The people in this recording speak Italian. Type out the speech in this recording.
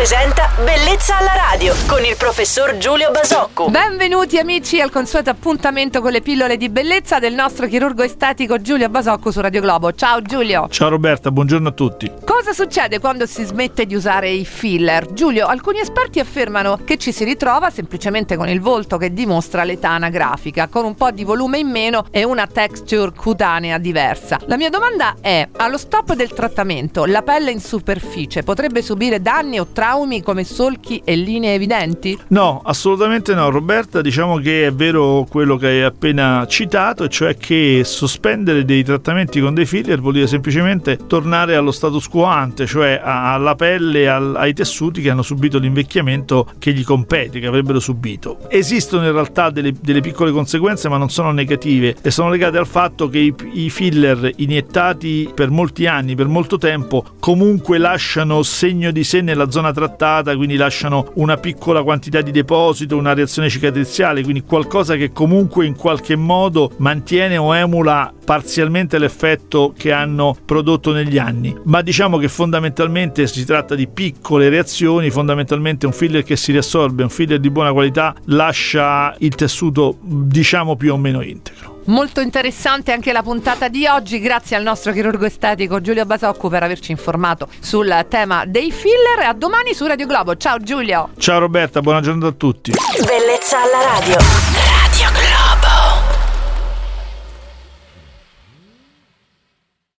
presenta Bellezza alla radio con il professor Giulio Basocco. Benvenuti amici al consueto appuntamento con le pillole di bellezza del nostro chirurgo estetico Giulio Basocco su Radio Globo. Ciao Giulio. Ciao Roberta, buongiorno a tutti. Cosa succede quando si smette di usare i filler? Giulio, alcuni esperti affermano che ci si ritrova semplicemente con il volto che dimostra l'età anagrafica, con un po' di volume in meno e una texture cutanea diversa. La mia domanda è: allo stop del trattamento, la pelle in superficie potrebbe subire danni o traumi come solchi e linee evidenti? No, assolutamente no Roberta, diciamo che è vero quello che hai appena citato, e cioè che sospendere dei trattamenti con dei filler vuol dire semplicemente tornare allo status quo ante, cioè alla pelle, ai tessuti che hanno subito l'invecchiamento che gli compete, che avrebbero subito. Esistono in realtà delle piccole conseguenze, ma non sono negative, e sono legate al fatto che i filler iniettati per molti anni, per molto tempo, comunque lasciano segno di sé nella zona trattata, quindi lasciano una piccola quantità di deposito, una reazione cicatriziale, quindi qualcosa che comunque in qualche modo mantiene o emula parzialmente l'effetto che hanno prodotto negli anni. Ma diciamo che fondamentalmente si tratta di piccole reazioni. Fondamentalmente un filler che si riassorbe, un filler di buona qualità, lascia il tessuto diciamo più o meno integro. Molto interessante anche la puntata di oggi, grazie al nostro chirurgo estetico Giulio Basocco per averci informato sul tema dei filler. A domani su Radio Globo. Ciao Giulio. Ciao Roberta, buona giornata a tutti. Bellezza alla radio.